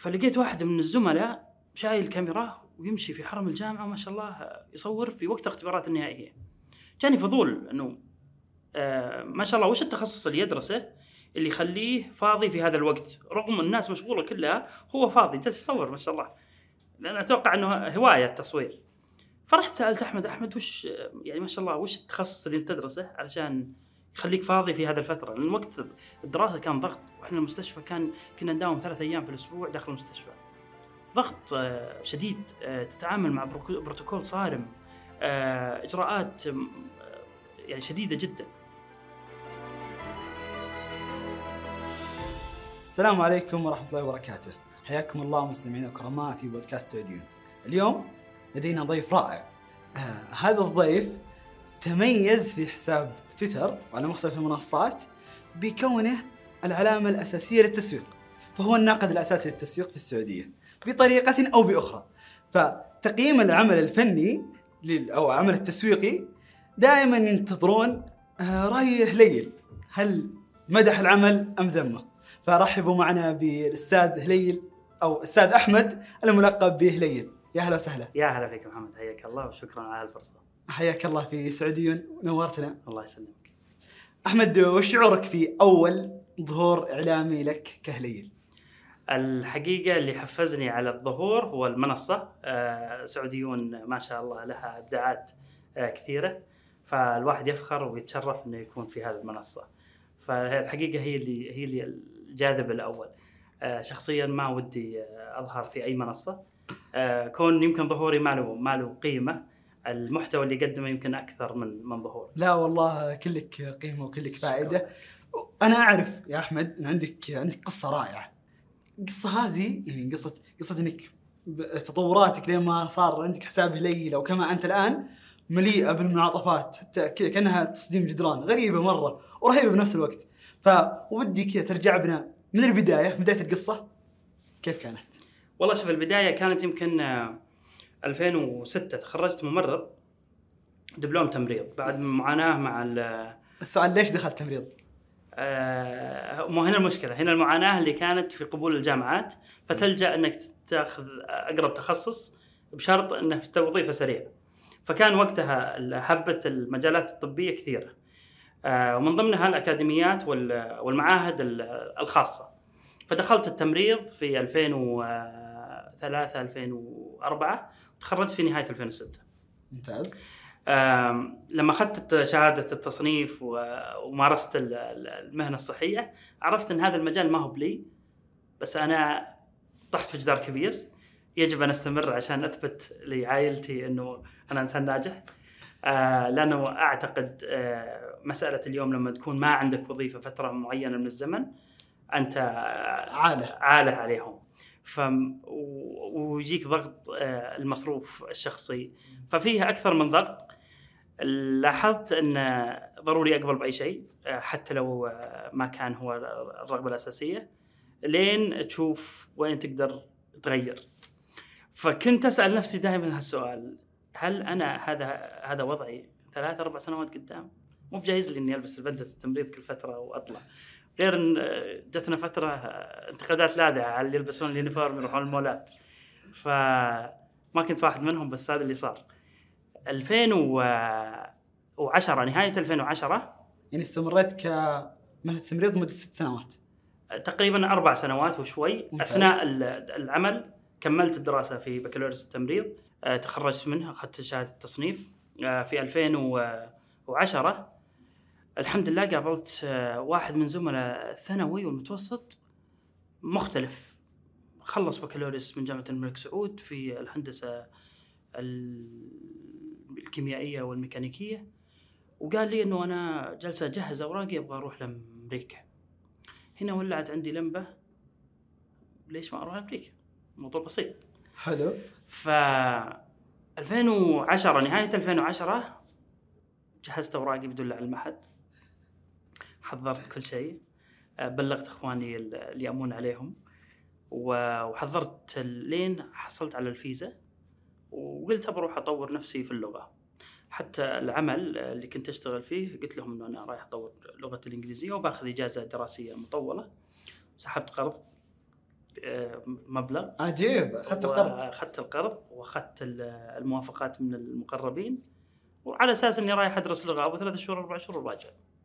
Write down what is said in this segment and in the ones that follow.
فلقيت واحد من الزملاء شايل الكاميرا ويمشي في حرم الجامعة ما شاء الله يصور في وقت الاختبارات النهائية. جاني فضول انه ما شاء الله وش التخصص اللي يدرسه اللي يخليه فاضي في هذا الوقت رغم الناس مشغولة كلها، هو فاضي جالس يصور ما شاء الله. لأن أتوقع أنه هواية التصوير. فرحت سألت أحمد وش يعني ما شاء الله وش التخصص اللي أنت تدرسه علشان يخليك فاضي في هذا الفترة، لأن وقت الدراسة كان ضغط، وإحنا المستشفى كنا نداوم 3 أيام في الأسبوع داخل المستشفى، ضغط شديد، تتعامل مع بروتوكول صارم، إجراءات يعني شديدة جدا. السلام عليكم ورحمة الله وبركاته، حياكم الله مستمعينا الكرماء في بودكاست سعوديون. اليوم لدينا ضيف رائع. هذا الضيف تميز في حساب تويتر وعلى مختلف المنصات بكونه العلامة الأساسية للتسويق، فهو الناقد الأساسي للتسويق في السعودية بطريقة أو بأخرى. فتقييم العمل الفني أو عمل التسويقي دائما ينتظرون رأي هليل، هل مدح العمل أم ذمه؟ فرحبوا معنا بالأستاذ هليل أو أستاذ أحمد الملقب بهليل. يا هلا وسهلا. يا هلا فيك محمد، حياك الله وشكرا على الفرصة. حياك الله في سعوديون، نورتنا. الله يسلمك. أحمد، وش شعورك في أول ظهور إعلامي لك كهليل؟ الحقيقة اللي حفزني على الظهور هو المنصة. سعوديون ما شاء الله لها إبداعات كثيرة، فالواحد يفخر ويتشرف إنه يكون في هذه المنصة. فالحقيقة هي اللي الجاذب الأول. شخصيا ما ودي أظهر في أي منصة، كون يمكن ظهوري ما له قيمة، المحتوى اللي قدمه يمكن أكثر من ظهور. لا والله كلك قيمة وكلك فائدة. أنا أعرف يا أحمد أن عندك قصة رائعة. القصة هذه يعني قصة إنك تطوراتك لما صار عندك حساب هليل أو كما أنت الآن مليئة بالمعاطفات، حتى كأنها تصديم جدران، غريبة مرة ورهيبة بنفس الوقت. فودي كذا ترجع بنا من البداية، بداية القصة كيف كانت؟ والله شوف، البداية كانت يمكن 2006 تخرجت ممرض دبلوم تمريض بعد معاناة مع السؤال ليش دخلت تمريض؟ مو هنا المشكلة، هنا المعاناة اللي كانت في قبول الجامعات، فتلجأ أنك تأخذ أقرب تخصص بشرط أنه في وظيفة سريعة. فكان وقتها حبة المجالات الطبية كثيرة، ومن ضمنها الأكاديميات والمعاهد الخاصة. فدخلت التمريض في 2003 2004 وتخرجت في نهاية 2006. ممتاز. لما أخذت شهادة التصنيف ومارست المهنة الصحية، عرفت أن هذا المجال ما هو بلي، بس أنا طحت في جدار كبير يجب أن أستمر عشان أثبت لعائلتي أنه أنا إنسان ناجح. لأنه أعتقد مسألة اليوم لما تكون ما عندك وظيفة فترة معينة من الزمن أنت عاله عليهم، ويجيك ضغط المصروف الشخصي، ففيها أكثر من ضغط. لاحظت أن ضروري أقبل بأي شيء حتى لو ما كان هو الرغبة الأساسية، لين تشوف وين تقدر تغير. فكنت أسأل نفسي دائما هالسؤال، هل أنا هذا وضعي 3-4 سنوات قدام؟ مو بجاهز لي إني ألبس البدلة التمريض كل فترة وأطلع. غير إن جتنا فترة انتقادات لاذعة على اللي يلبسون اليونيفورم يروحون المولات، فما كنت واحد منهم، بس هذا اللي صار. 2010 نهاية 2010 يعني استمريت كمهنة تمريض مدة 6 سنوات تقريبا 4 سنوات وشوي. ممتاز. أثناء العمل كملت الدراسة في بكالوريوس التمريض، تخرجت منها، أخذت شهادة التصنيف في 2010. الحمد لله قابلت واحد من زملاء الثانوي والمتوسط مختلف، خلص بكالوريوس من جامعة الملك سعود في الهندسة الكيميائية والميكانيكية، وقال لي إنه أنا جالس أجهز أوراقي أبغى أروح لأمريكا. هنا ولعت عندي لمبة، ليش ما أروح لأمريكا؟ موضوع بسيط. حلو. 2010 نهاية 2010 جهزت أوراقي بدون لا علم أحد، حضرت كل شيء، بلغت إخواني اللي أمون عليهم، وحضرت لين حصلت على الفيزا، وقلت بروح أطور نفسي في اللغة. حتى العمل اللي كنت أشتغل فيه قلت لهم إنه أنا رايح أطور لغة الإنجليزية وباخذ إجازة دراسية مطولة. سحبت قرض مبلغ. عجيب. اخذت القرض. اخذت القرض واخذت الموافقات من المقربين، وعلى اساس اني رايح ادرس لغه ابو 3 شهور 4 شهور وراجع.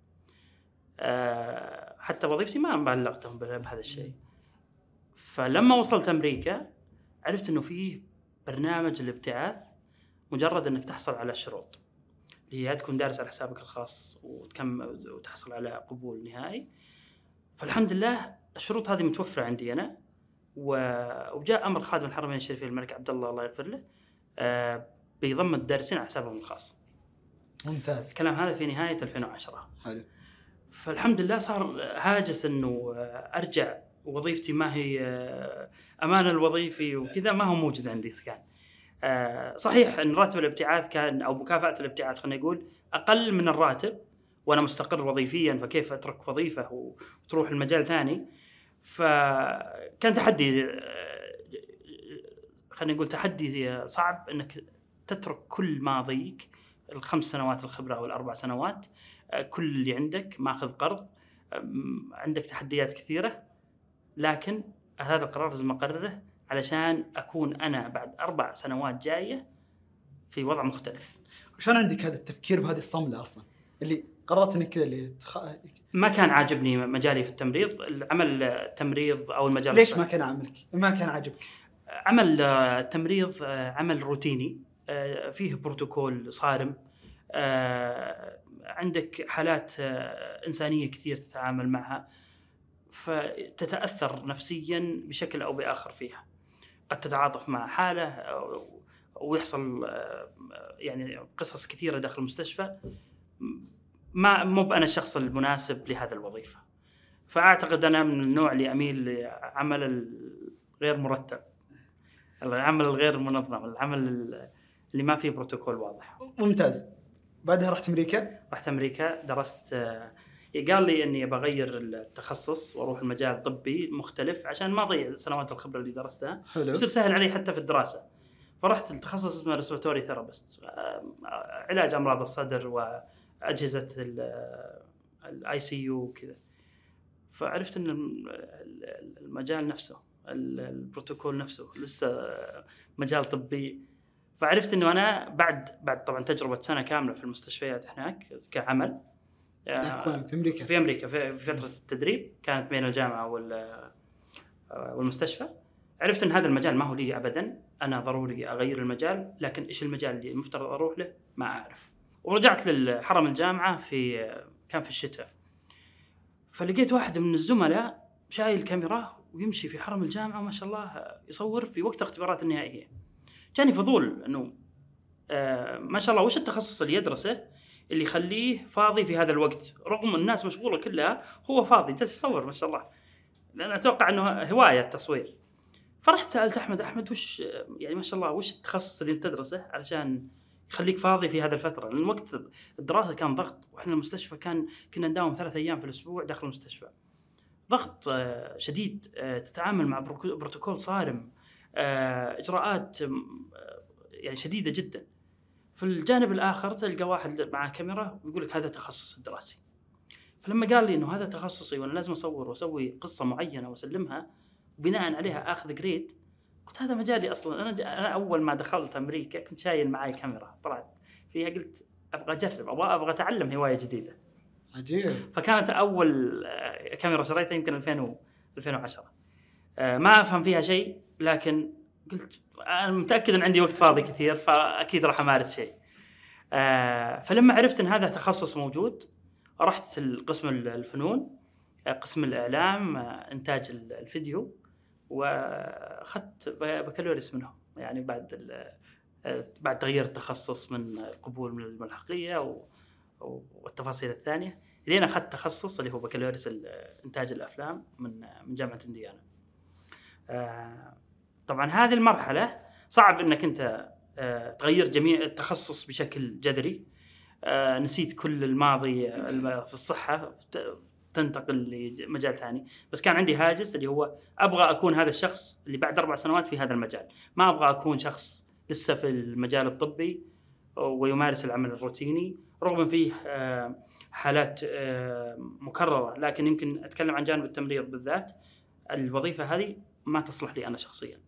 حتى وظيفتي ما بلغتهم بهذا الشيء. فلما وصلت امريكا عرفت انه فيه برنامج الابتعاث، مجرد انك تحصل على الشروط اللي هي تكون دارس على حسابك الخاص وتحصل على قبول نهائي. فالحمد لله الشروط هذه متوفرة عندي أنا. وجاء أمر خادم الحرمين الشريفين الملك عبد الله يغفر له بيضم الدارسين على حسابهم الخاص. ممتاز. الكلام هذا في نهاية 2010. حلو. فالحمد لله صار هاجس إنه أرجع وظيفتي ما هي أمان الوظيفي وكذا ما هو موجود عندي. كان صحيح أن راتب الابتعاث كان أو مكافأة الابتعاث خلينا نقول أقل من الراتب وأنا مستقر وظيفيا، فكيف أترك وظيفة وتروح المجال ثاني. فكان تحدي، خلينا نقول تحدي صعب أنك تترك كل ماضيك 5 سنوات الخبرة أو 4 سنوات، كل اللي عندك، ماخذ قرض، عندك تحديات كثيرة، لكن هذا القرار لازم أقرره علشان أكون أنا بعد 4 سنوات جاية في وضع مختلف. وشان عندك هذا التفكير بهذه الصملة أصلا اللي قررت إنك كذا اللي ما كان عاجبني مجالي في التمريض، العمل التمريض أو المجال. ليش ما كان عاجبك؟ عمل التمريض عمل روتيني، فيه بروتوكول صارم، عندك حالات إنسانية كثير تتعامل معها، فتتأثر نفسيا بشكل أو بآخر فيها. قد تتعاطف مع حالة ويحصل يعني قصص كثيرة داخل المستشفى. مو أنا الشخص المناسب لهذا الوظيفة. فأعتقد أنا من النوع اللي أميل لعمل الغير مرتب، العمل الغير منظم، العمل اللي ما فيه بروتوكول واضح. ممتاز. بعدها رحت أمريكا درست. قال لي إني بغير التخصص وأروح المجال الطبي مختلف عشان ما أضيع سنوات الخبرة اللي درستها، يصير سهل علي حتى في الدراسة. فرحت التخصص اسمه ريسبيراتوري ثيرابيست، علاج أمراض الصدر وأجهزة ICU وكذا. فعرفت إن المجال نفسه، البروتوكول نفسه لسه مجال طبي. فعرفت إنه أنا بعد طبعا تجربة سنة كاملة في المستشفيات هناك كعمل في أمريكا في فترة التدريب كانت بين الجامعة والمستشفى. عرفت أن هذا المجال ما هو لي أبدا، أنا ضروري أغير المجال، لكن إيش المجال اللي المفترض أروح له ما أعرف. ورجعت للحرم الجامعة كان في الشتاء، فلقيت واحد من الزملاء شايل كاميرا ويمشي في حرم الجامعة ما شاء الله يصور في وقت الاختبارات النهائية. جاني فضول أنه ما شاء الله وش التخصص اللي يدرسه اللي يخليه فاضي في هذا الوقت، رغم الناس مشغولة كلها هو فاضي جالس يصور ما شاء الله. لأن أتوقع أنه هواية التصوير. فرحت سألت أحمد وش يعني ما شاء الله وش التخصص اللي تدرسه علشان يخليك فاضي في هذا الفترة، لأن وقت الدراسة كان ضغط، وإحنا المستشفى كنا نداوم 3 أيام في الأسبوع داخل المستشفى، ضغط شديد، تتعامل مع بروتوكول صارم، إجراءات يعني شديدة جدا. في الجانب الآخر تلقى واحد مع كاميرا ويقول لك هذا تخصص الدراسي. فلما قال لي إنه هذا تخصصي وأنا لازم أصور وأسوي قصة معينة وأسلمها وبناء عليها أخذ جريد، قلت هذا مجالي أصلاً. أنا أول ما دخلت أمريكا كنت شايل معي كاميرا طلعت فيها، قلت أبغى أجرب، أبغى أتعلم هواية جديدة. عجيب. فكانت أول كاميرا شريتها يمكن 2010. ما أفهم فيها شيء، لكن قلت أنا متأكد أن عندي وقت فاضي كثير، فأكيد راح أمارس شيء. فلما عرفت أن هذا تخصص موجود رحت القسم الفنون، قسم الإعلام، إنتاج الفيديو، وأخذت بكالوريوس منهم. يعني بعد تغيير التخصص من القبول من الملحقية والتفاصيل الثانية، لين أخذت تخصص اللي هو بكالوريوس إنتاج الأفلام من جامعة إنديانا. طبعا هذه المرحلة صعب أنك أنت تغير جميع التخصص بشكل جذري. نسيت كل الماضي في الصحة، تنتقل لمجال ثاني. بس كان عندي هاجس اللي هو أبغى أكون هذا الشخص اللي بعد 4 سنوات في هذا المجال، ما أبغى أكون شخص لسه في المجال الطبي ويمارس العمل الروتيني، رغم فيه حالات مكررة. لكن يمكن أتكلم عن جانب التمريض بالذات، الوظيفة هذه ما تصلح لي انا شخصيا.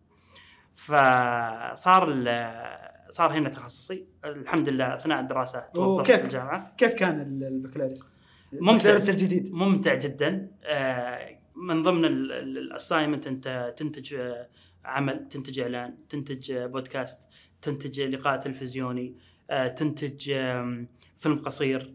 فصار هنا تخصصي الحمد لله. اثناء الدراسه توظفت في الجامعه. كيف كان البكالوريوس؟ ممتع الجديد ممتع جدا. من ضمن الاساينمنت انت تنتج عمل، تنتج اعلان، تنتج بودكاست، تنتج لقاء تلفزيوني، تنتج فيلم قصير.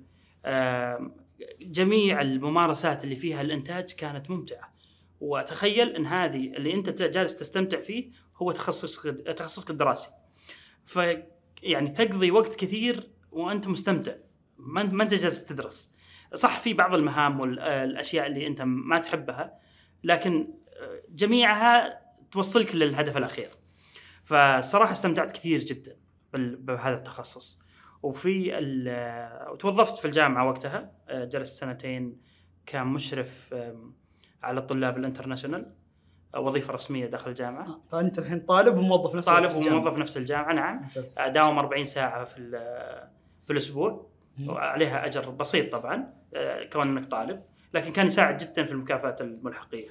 جميع الممارسات اللي فيها الانتاج كانت ممتعه. وتخيل ان هذه اللي انت جالس تستمتع فيه هو تخصصك الدراسي. يعني تقضي وقت كثير وانت مستمتع، ما انت جالس تدرس. صح في بعض المهام والاشياء اللي انت ما تحبها، لكن جميعها توصلك للهدف الاخير. فالصراحه استمتعت كثير جدا بهذا التخصص. وتوظفت في الجامعه وقتها، جلست 2 كان مشرف على الطلاب الانترناشونال، وظيفة رسمية داخل الجامعة. فأنت الحين طالب وموظف نفس طالب وموظف نفس الجامعة. نعم. ممتاز. داوم 40 ساعة في الأسبوع، وعليها أجر بسيط طبعا كونك طالب، لكن كان يساعد جدا في المكافآت الملحقية.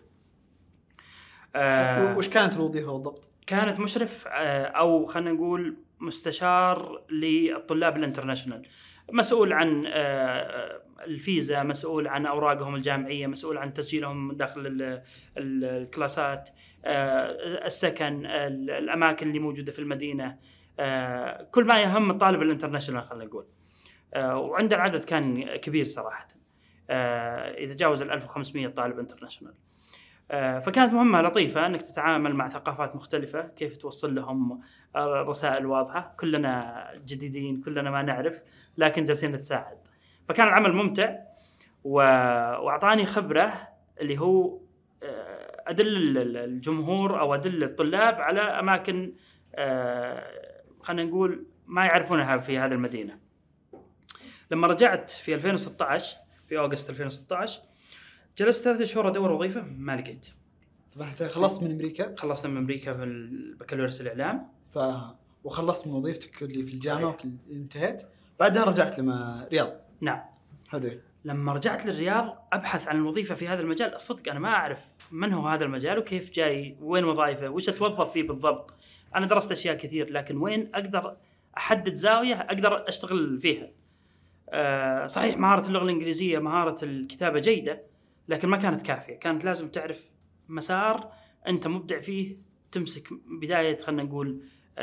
وش كانت الوظيفة بالضبط؟ كانت مشرف أو خلينا نقول مستشار للطلاب الانترناشونال، مسؤول عن الفيزا، مسؤول عن أوراقهم الجامعية، مسؤول عن تسجيلهم داخل الكلاسات، السكن، الأماكن اللي موجودة في المدينة، كل ما يهم الطالب الانترناشونال خلينا نقول. وعند العدد كان كبير صراحة، يتجاوز 1500 طالب انترناشونال. فكانت مهمة لطيفة أنك تتعامل مع ثقافات مختلفة، كيف توصل لهم رسائل واضحة. كلنا جديدين، كلنا ما نعرف، لكن جالسين نتساعد. فكان العمل ممتع وأعطاني خبرة اللي هو أدل الجمهور أو أدل الطلاب على أماكن خلينا نقول ما يعرفونها في هذه المدينة. لما رجعت في 2016 في أغسطس 2016 جلست 3 شهور أدور وظيفة، ما لقيت. طبعا أنت خلصت من أمريكا؟ خلصت من أمريكا في البكالوريوس الإعلام. وخلصت من وظيفتك اللي في الجامعة وانتهيت، بعدها رجعت لما رياض. نعم. حلو. لما رجعت للرياض أبحث عن الوظيفة في هذا المجال، الصدق أنا ما أعرف من هو هذا المجال وكيف جاي، وين وظائفه، وش أتوظف فيه بالضبط. أنا درست أشياء كثير، لكن وين أقدر أحدد زاوية أقدر أشتغل فيها. صحيح مهارة اللغة الإنجليزية، مهارة الكتابة جيدة، لكن ما كانت كافية. كانت لازم تعرف مسار أنت مبدع فيه، تمسك بداية خلنا نقول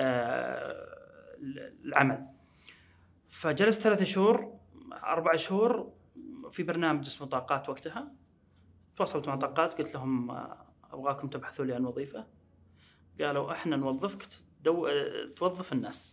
العمل. فجلست 3 شهور 4 شهور في برنامج اسمه طاقات. وقتها تواصلت مع طاقات، قلت لهم أبغاكم تبحثوا لي عن وظيفة. قالوا إحنا نوظفك توظف الناس.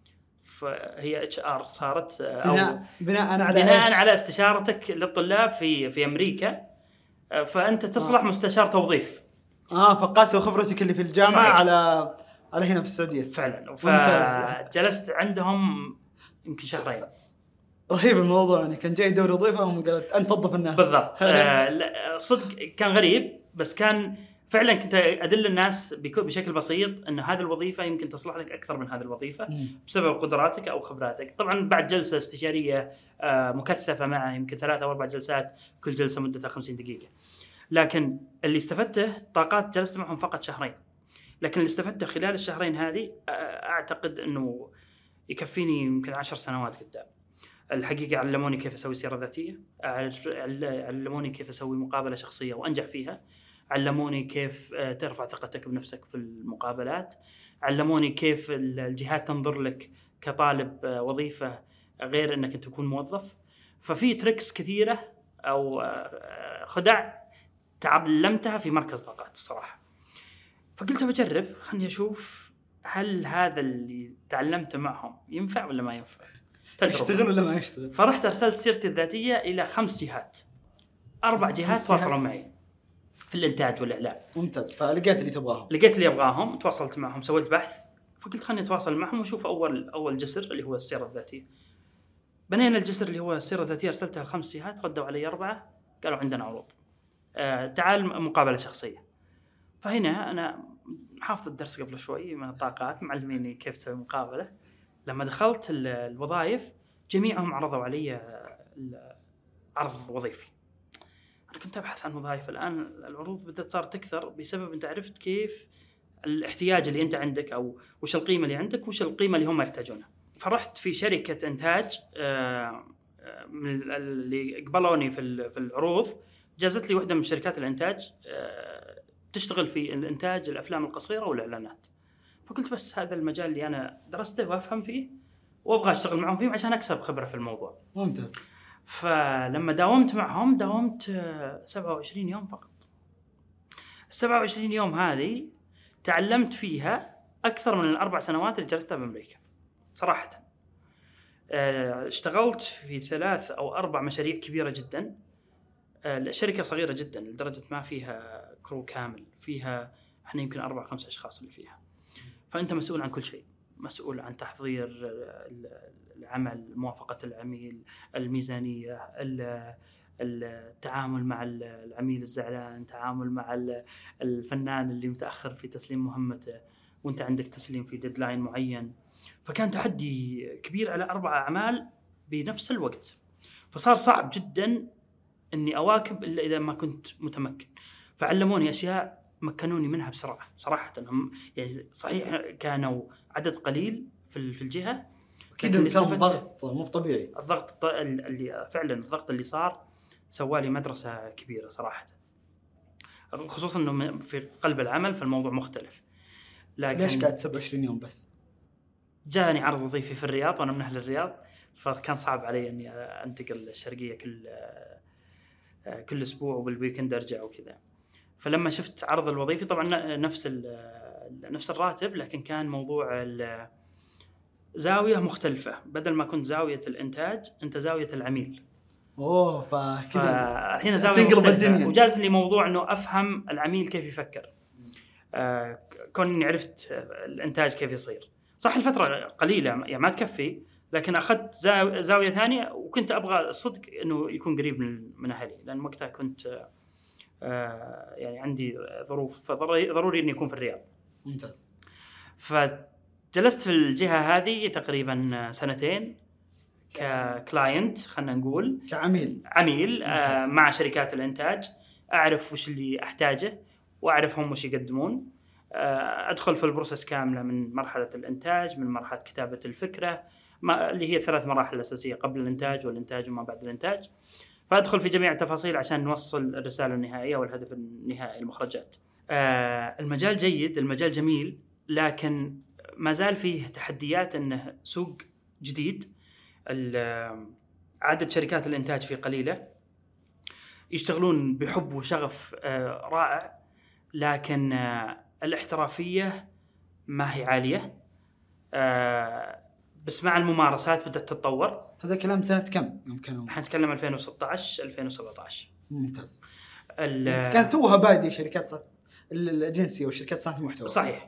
فهي HR صارت بناء على استشارتك للطلاب في أمريكا، فأنت تصلح مستشار توظيف. فقاسوا خبرتك اللي في الجامعة صحيح. على هنا في السعودية. فعلا. فجلست عندهم يمكن شهرين. رهيب الموضوع، يعني كان جاي دور وظيفة وهم قالت أنت توظف الناس. بالضبط. صدق كان غريب، بس كان فعلا كنت أدل الناس بشكل بسيط أن هذه الوظيفة يمكن تصلح لك أكثر من هذه الوظيفة بسبب قدراتك أو خبراتك. طبعا بعد جلسة استشارية مكثفة معه، يمكن 3 أو 4 جلسات، كل جلسة مدتها 50 دقيقة. لكن اللي استفدته طاقات جلست معهم فقط 2 شهرين، لكن اللي استفدته خلال الشهرين هذه أعتقد أنه يكفيني يمكن 10 سنوات قدام. الحقيقة علموني كيف أسوي سيرة ذاتية، علموني كيف أسوي مقابلة شخصية وأنجح فيها، علموني كيف ترفع ثقتك بنفسك في المقابلات، علموني كيف الجهات تنظر لك كطالب وظيفة غير أنك تكون موظف. ففي تريكس كثيرة أو خدع تعلمتها في مركز طاقات الصراحة. فقلت بجرب، خلني أشوف هل هذا اللي تعلمته معهم ينفع ولا ما ينفع، يشتغل ولا ما يشتغل. فرحت أرسلت سيرتي الذاتية إلى 5 جهات، 4 جهات تواصلوا معي في الإنتاج والإعلام. ممتاز. فلقيت اللي تبغاهم. لقيت اللي أبغاهم، تواصلت معهم، سويت بحث، فقلت خلني أتواصل معهم وأشوف أول جسر اللي هو السيرة الذاتية. بنينا الجسر اللي هو السيرة الذاتية، أرسلتها ل5 جهات، ردوا علي 4 قالوا عندنا عروض، تعال مقابلة شخصية. فهنا أنا حافظ الدرس قبل شوي من الطاقات، معلميني كيف تسوي مقابلة. لما دخلت الوظائف جميعهم عرضوا علي عرض وظيفي. أنا كنت أبحث عن وظائف. الآن العروض بدأت صار تكثر بسبب أنت عرفت كيف الاحتياج اللي أنت عندك، أو وش القيمة اللي عندك وش القيمة اللي هم يحتاجونها. فرحت في شركة إنتاج من اللي قبلوني في العروض، جازت لي واحدة من شركات الإنتاج تشتغل في الإنتاج الأفلام القصيرة والإعلانات. فقلت بس هذا المجال اللي أنا درسته وأفهم فيه وأبغى أشتغل معهم فيه عشان أكسب خبرة في الموضوع. ممتاز. فلما داومت معهم داومت 27 يوم فقط. 27 يوم هذه تعلمت فيها أكثر من 4 سنوات اللي جلستها بأمريكا صراحة. اشتغلت في 3 أو 4 مشاريع كبيرة جدا. الشركة صغيرة جدا لدرجة ما فيها كرو كامل، فيها احنا يمكن 4-5 أشخاص اللي فيها. فأنت مسؤول عن كل شيء، مسؤول عن تحضير العمل، موافقة العميل، الميزانية، التعامل مع العميل الزعلان، التعامل مع الفنان اللي متأخر في تسليم مهمته وانت عندك تسليم في ديدلاين معين. فكان تحدي كبير على 4 أعمال بنفس الوقت. فصار صعب جدا اني اواكب الا اذا ما كنت متمكن. فعلموني اشياء مكنوني منها بسرعه صراحه. هم يعني صحيح كانوا عدد قليل في الجهه، اكيد كان ضغط مو طبيعي. الضغط اللي فعلا الضغط اللي صار سوالي مدرسه كبيره صراحه، خصوصا انه في قلب العمل فالموضوع مختلف. لكن ليش قعدت 27 يوم بس؟ جاني عرض وظيفي في الرياض وانا من اهل الرياض، فكان صعب علي اني انتقل الشرقيه كل اسبوع وبالويكند ارجع وكذا. فلما شفت عرض الوظيفي طبعا نفس الراتب، لكن كان موضوع زاويه مختلفه. بدل ما كنت زاويه الانتاج انت زاويه العميل. فكذا الحين زاويه تقرب الدنيا. وجاز لي موضوع انه افهم العميل كيف يفكر. كوني عرفت الانتاج كيف يصير. صح الفتره قليله يعني ما تكفي، لكن أخذت زاوية ثانية، وكنت أبغى الصدق إنه يكون قريب من أهلي، لأن وقتها كنت يعني عندي ظروف، ضروري إني يكون في الرياض. ممتاز. فجلست في الجهة هذه تقريبا 2 ككلاينت، خلنا نقول عميل مع شركات الإنتاج. أعرف وش اللي أحتاجه وأعرفهم وش يقدمون. أدخل في البروسيس كاملة من مرحلة الإنتاج، من مرحلة كتابة الفكرة اللي هي 3 مراحل أساسية، قبل الإنتاج والإنتاج وما بعد الإنتاج. فأدخل في جميع التفاصيل عشان نوصل الرسالة النهائية والهدف النهائي، المخرجات. المجال جيد، المجال جميل، لكن ما زال فيه تحديات. أنه سوق جديد، عدد شركات الإنتاج فيه قليلة، يشتغلون بحب وشغف رائع، لكن الاحترافية ما هي عالية. بس مع الممارسات بدأت تتطور. هذا كلام سنة كم يوم كانوا؟ حنتكلم 2016-2017. ممتاز. كانت توها بادية شركات الأجنسية والشركات صناعة المحتوى. صحيح.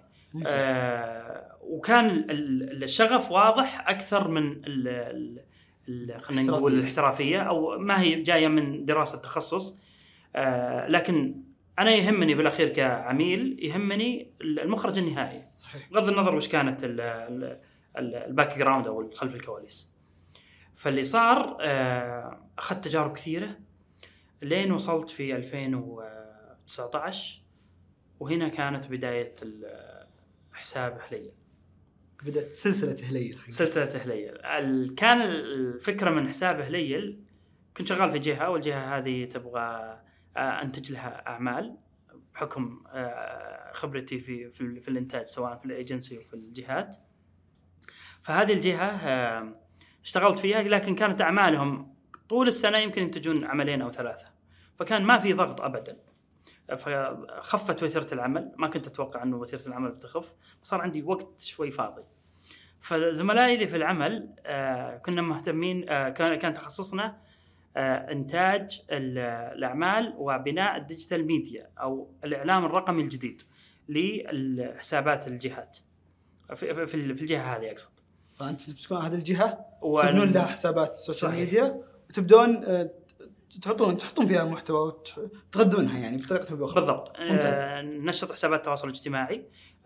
وكان الشغف واضح أكثر من خلينا نقول الاحترافية، أو ما هي جاية من دراسة تخصص. لكن أنا يهمني بالأخير كعميل، يهمني المخرج النهائي. صحيح. بغض النظر وش كانت الباك جراوند أو خلف الكواليس. فاللي صار أخذت تجارب كثيرة لين وصلت في 2019، وهنا كانت بداية حساب هليل. بدأت سلسلة هليل. كان الفكرة من حساب هليل، كنت شغال في جهة، والجهة هذه تبغى أنتج لها أعمال بحكم خبرتي في الإنتاج، سواء في الإيجنسي وفي الجهات. فهذه الجهة اشتغلت فيها، لكن كانت أعمالهم طول السنة يمكن ينتجون 2 أو 3، فكان ما في ضغط أبدا. فخفت وتيرة العمل، ما كنت أتوقع أنه وتيرة العمل بتخف، صار عندي وقت شوي فاضي. فزملائي اللي في العمل كنا مهتمين، كان تخصصنا إنتاج الأعمال وبناء الديجيتال ميديا أو الإعلام الرقمي الجديد لحسابات الجهات في الجهة هذه أقصد. فأنت تمسكون هذه الجهة تبنون لها حسابات السوشيال ميديا، وتبدون تحطون فيها محتوى وتغذونها يعني بطريقة أو بأخرى. بالضبط. نشط حسابات التواصل الاجتماعي،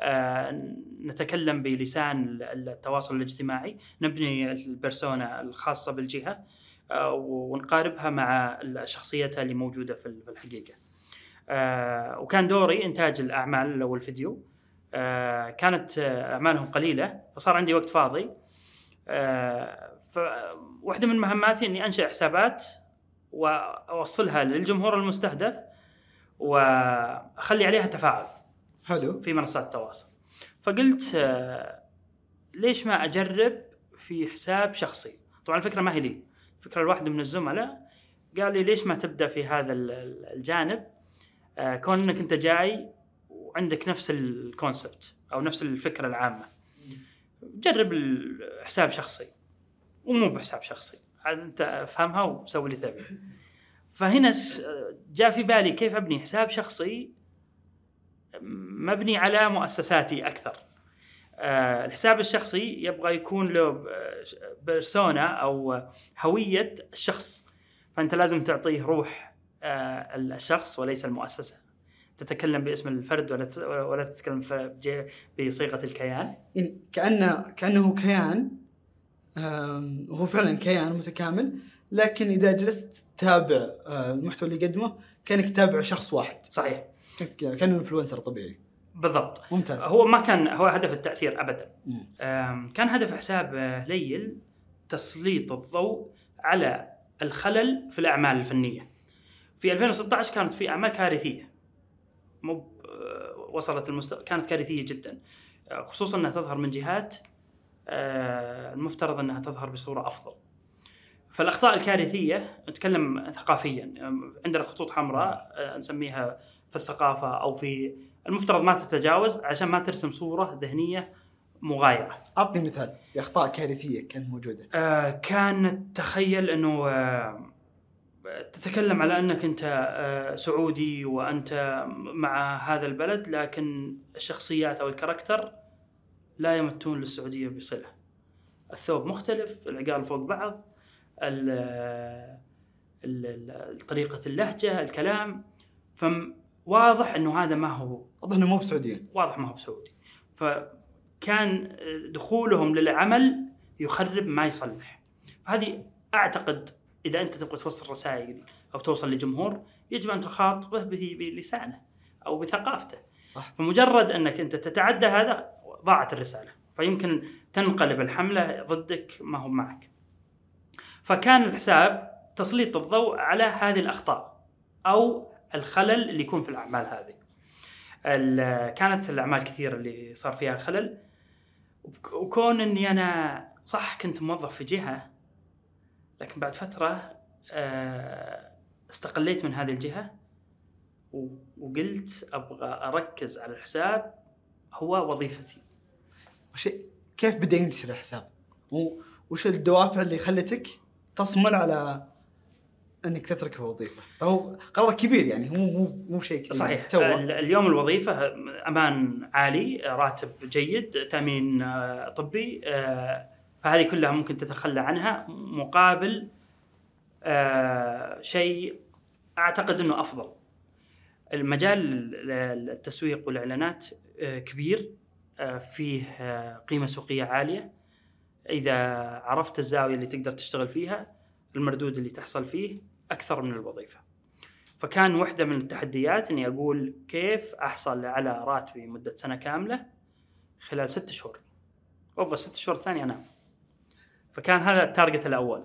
نتكلم بلسان التواصل الاجتماعي، نبني البرسونا الخاصة بالجهة، ونقاربها مع الشخصيات اللي موجودة في الحقيقة. وكان دوري إنتاج الأعمال والفيديو. كانت أعمالهم قليلة فصار عندي وقت فاضي. فواحدة من مهماتي أني أنشأ حسابات وأوصلها للجمهور المستهدف وأخلي عليها تفاعل حلو في منصات التواصل. فقلت ليش ما أجرب في حساب شخصي. طبعا الفكرة ما هي لي، فكرة الواحد من الزملاء قال لي ليش ما تبدأ في هذا الجانب، كون أنك أنت جاي وعندك نفس الكونسبت أو نفس الفكرة العامة، جرب الحساب شخصي ومو بحساب شخصي، عاد أنت فهمها وسوي اللي تبي. فهنا جاء في بالي كيف أبني حساب شخصي مبني على مؤسساتي أكثر. الحساب الشخصي يبغى يكون له بيرسونا أو هوية الشخص، فأنت لازم تعطيه روح الشخص وليس المؤسسة. تتكلم باسم الفرد ولا تتكلم بصيغة الكيان. يعني كأنه كيان، هو فعلا كيان متكامل، لكن إذا جلست تتابع المحتوى اللي يقدمه كأنك تتابع شخص واحد. صحيح، كأنه انفلونسر طبيعي. بالضبط، ممتاز. هو ما كان هو هدف التأثير أبدا. كان هدف حساب هليل تسليط الضوء على الخلل في الأعمال الفنية. في 2016 كانت في أعمال كارثية، وصلت كانت كارثية جدا، خصوصا أنها تظهر من جهات المفترض أنها تظهر بصورة أفضل. فالأخطاء الكارثية نتكلم ثقافيا، عندنا خطوط حمراء نسميها في الثقافة أو في المفترض ما تتجاوز عشان ما ترسم صورة ذهنية مغايرة. أعطني مثال لأخطاء كارثية كانت موجودة. كانت تخيل أنه تتكلم على أنك أنت سعودي وأنت مع هذا البلد، لكن الشخصيات أو الكاركتر لا يمتون للسعودية بصلة. الثوب مختلف، العقال فوق بعض، طريقة اللهجة، الكلام، فواضح أنه هذا ما هو، واضح أنه مو بسعودي، واضح ما هو بسعودي. فكان دخولهم للعمل يخرب ما يصلح. هذه أعتقد إذا أنت تبغى توصل رسائل أو توصل لجمهور يجب أن تخاطبه بلسانه أو بثقافته. صح. فمجرد أنك أنت تتعدى هذا ضاعت الرسالة، فيمكن تنقلب الحملة ضدك ما هو معك. فكان الحساب تسليط الضوء على هذه الأخطاء أو الخلل اللي يكون في الأعمال هذه. كانت الأعمال كثيرة اللي صار فيها خلل، وكون أني أنا صح كنت موظف في جهة، لكن بعد فترة استقليت من هذه الجهة وقلت أبغى أركز على الحساب، هو وظيفتي. كيف بدأ ينتشر الحساب؟ وش الدوافع اللي خلتك تصمل على أنك تترك الوظيفة؟ فهو قرار كبير، يعني هو مو شيء كبير. صحيح. اليوم الوظيفة أمان عالي، راتب جيد، تأمين طبي، فهذه كلها ممكن تتخلى عنها مقابل شيء أعتقد أنه أفضل. المجال التسويق والإعلانات كبير، فيه قيمة سوقية عالية. إذا عرفت الزاوية اللي تقدر تشتغل فيها، المردود اللي تحصل فيه أكثر من الوظيفة. فكان واحدة من التحديات أني أقول كيف أحصل على راتبي مدة سنة كاملة خلال 6 شهور، وأبغى 6 شهور الثانية أنام. فكان هذا التارجت الأول.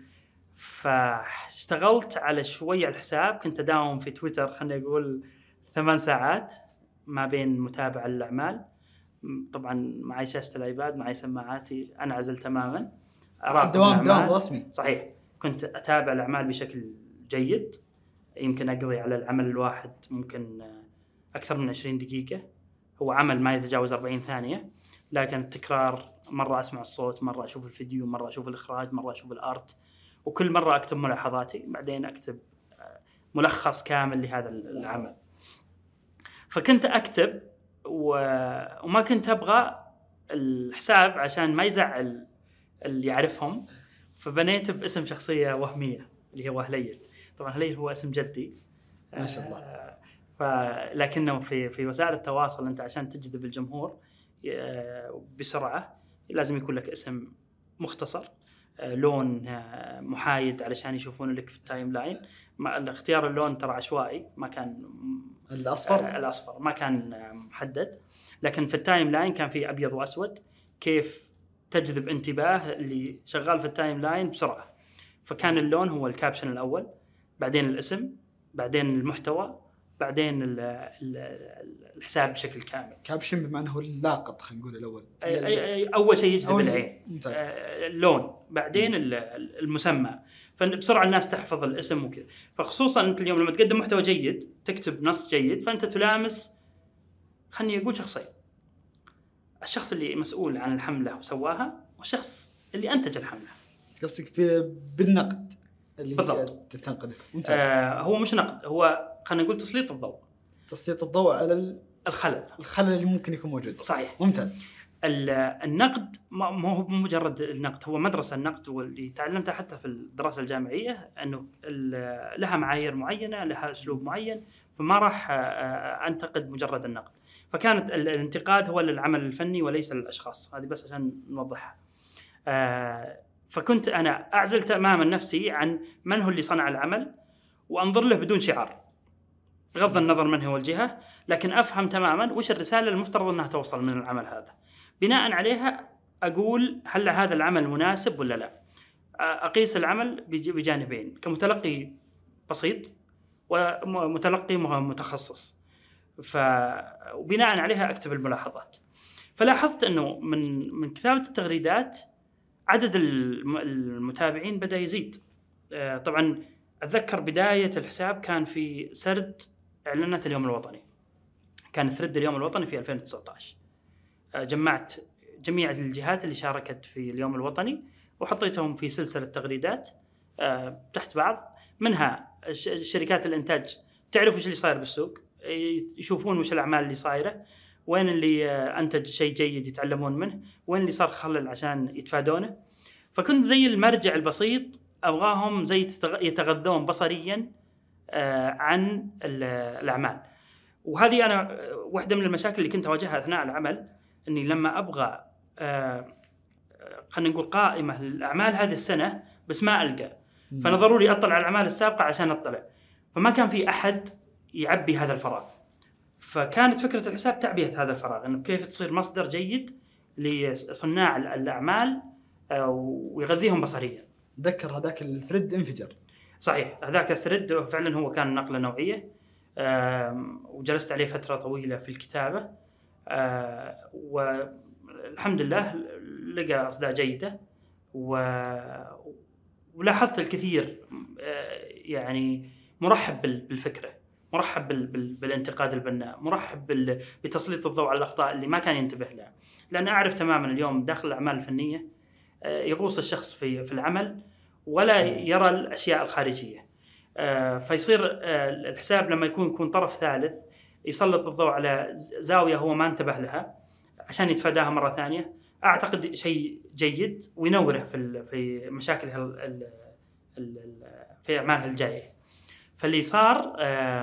فاشتغلت على شوية الحساب، كنت أداوم في تويتر خلينا نقول 8 ساعات ما بين متابعة الأعمال. طبعا معي شاشة الأيباد، معي سماعاتي، أنعزل تماما، دوام رسمي. صحيح. كنت أتابع الأعمال بشكل جيد، يمكن أقضي على العمل الواحد ممكن أكثر من 20 دقيقة. هو عمل ما يتجاوز 40 ثانية، لكن التكرار، مرة أسمع الصوت، مرة أشوف الفيديو، مرة أشوف الإخراج، مرة أشوف الآرت، وكل مرة أكتب ملاحظاتي، بعدين أكتب ملخص كامل لهذا العمل. فكنت أكتب وما كنت أبغى الحساب عشان ما يزعل اللي يعرفهم، فبنيت باسم شخصية وهمية اللي هو هليل. طبعا هليل هو اسم جدي ما شاء الله. لكنه في وسائل التواصل أنت عشان تجذب الجمهور بسرعة لازم يكون لك اسم مختصر. لون محايد علشان يشوفون لك في التايم لاين. اختيار اللون ترى عشوائي، ما كان الأصفر ما كان محدد، لكن في التايم لاين كان في أبيض وأسود، كيف تجذب انتباه اللي شغال في التايم لاين بسرعة. فكان اللون هو الكابشن الأول، بعدين الاسم، بعدين المحتوى، بعدين الحساب بشكل كامل. كابشن بمعنى هو اللاقط، خلينا نقول الأول. أول شيء يجذب العين ممتاز. اللون، بعدين المسمى. فبسرعة الناس تحفظ الاسم وكذا. فخصوصا أنت اليوم لما تقدم محتوى جيد، تكتب نص جيد، فأنت تلامس، خلني أقول شخصين: الشخص اللي مسؤول عن الحملة وسواها، والشخص اللي أنتج الحملة. قصدك بالنقد اللي بالضبط تنقده. ممتاز. هو مش نقد، هو خلينا نقول تسليط الضوء. تسليط الضوء على الخلل اللي ممكن يكون موجود. صحيح. ممتاز. النقد ما هو مجرد النقد، هو مدرسة النقد، واللي تعلمتها حتى في الدراسة الجامعية أنه لها معايير معينة، لها أسلوب معين، فما راح أنتقد مجرد النقد. فكانت الانتقاد هو للعمل الفني وليس للأشخاص، هذه بس عشان نوضحها. فكنت أنا أعزل تماما نفسي عن من هو اللي صنع العمل، وأنظر له بدون شعار، بغض النظر من هو الجهة، لكن أفهم تماما وش الرسالة المفترض أنها توصل من العمل هذا. بناء عليها أقول هل هذا العمل مناسب ولا لا. أقيس العمل بجانبين: كمتلقي بسيط ومتلقي متخصص. وبناء عليها أكتب الملاحظات. فلاحظت أنه من كتابة التغريدات عدد المتابعين بدأ يزيد. طبعا أتذكر بداية الحساب كان في سرد إعلانات اليوم الوطني، كان ثريد اليوم الوطني في 2019. جمعت جميع الجهات اللي شاركت في اليوم الوطني وحطيتهم في سلسلة تغريدات تحت بعض، منها شركات الإنتاج تعرف وش اللي صاير بالسوق، يشوفون وش الأعمال اللي صايرة، وين اللي أنتج شيء جيد يتعلمون منه، وين اللي صار خلل عشان يتفادونه. فكنت زي المرجع البسيط، أبغاهم زي يتغذون بصريا عن الأعمال. وهذه أنا واحدة من المشاكل اللي كنت أواجهها أثناء العمل، أني لما أبغى خلينا نقول قائمة للأعمال هذه السنة بس ما ألقى، فأنا ضروري أطلع على الأعمال السابقة عشان أطلع، فما كان في أحد يعبي هذا الفراغ. فكانت فكرة الحساب تعبية هذا الفراغ، أنه كيف تصير مصدر جيد لصناع الأعمال ويغذيهم بصريا. ذكر هذاك الثريد انفجر. صحيح، هذاك الثريد فعلا هو كان نقلة نوعية، وجلست عليه فترة طويلة في الكتابة، والحمد لله لقى أصداء جيدة، ولاحظت الكثير يعني مرحب بالفكرة، مرحب بالانتقاد البناء، مرحب بتسليط الضوء على الأخطاء اللي ما كان ينتبه لها. لأن أعرف تماما اليوم داخل الأعمال الفنية يغوص الشخص في العمل ولا يرى الأشياء الخارجية، فيصير الحساب لما يكون طرف ثالث يسلط الضوء على زاوية هو ما انتبه لها عشان يتفاداها مرة ثانية. أعتقد شيء جيد وينوره في مشاكلها في أعمالها الجاية. فاللي صار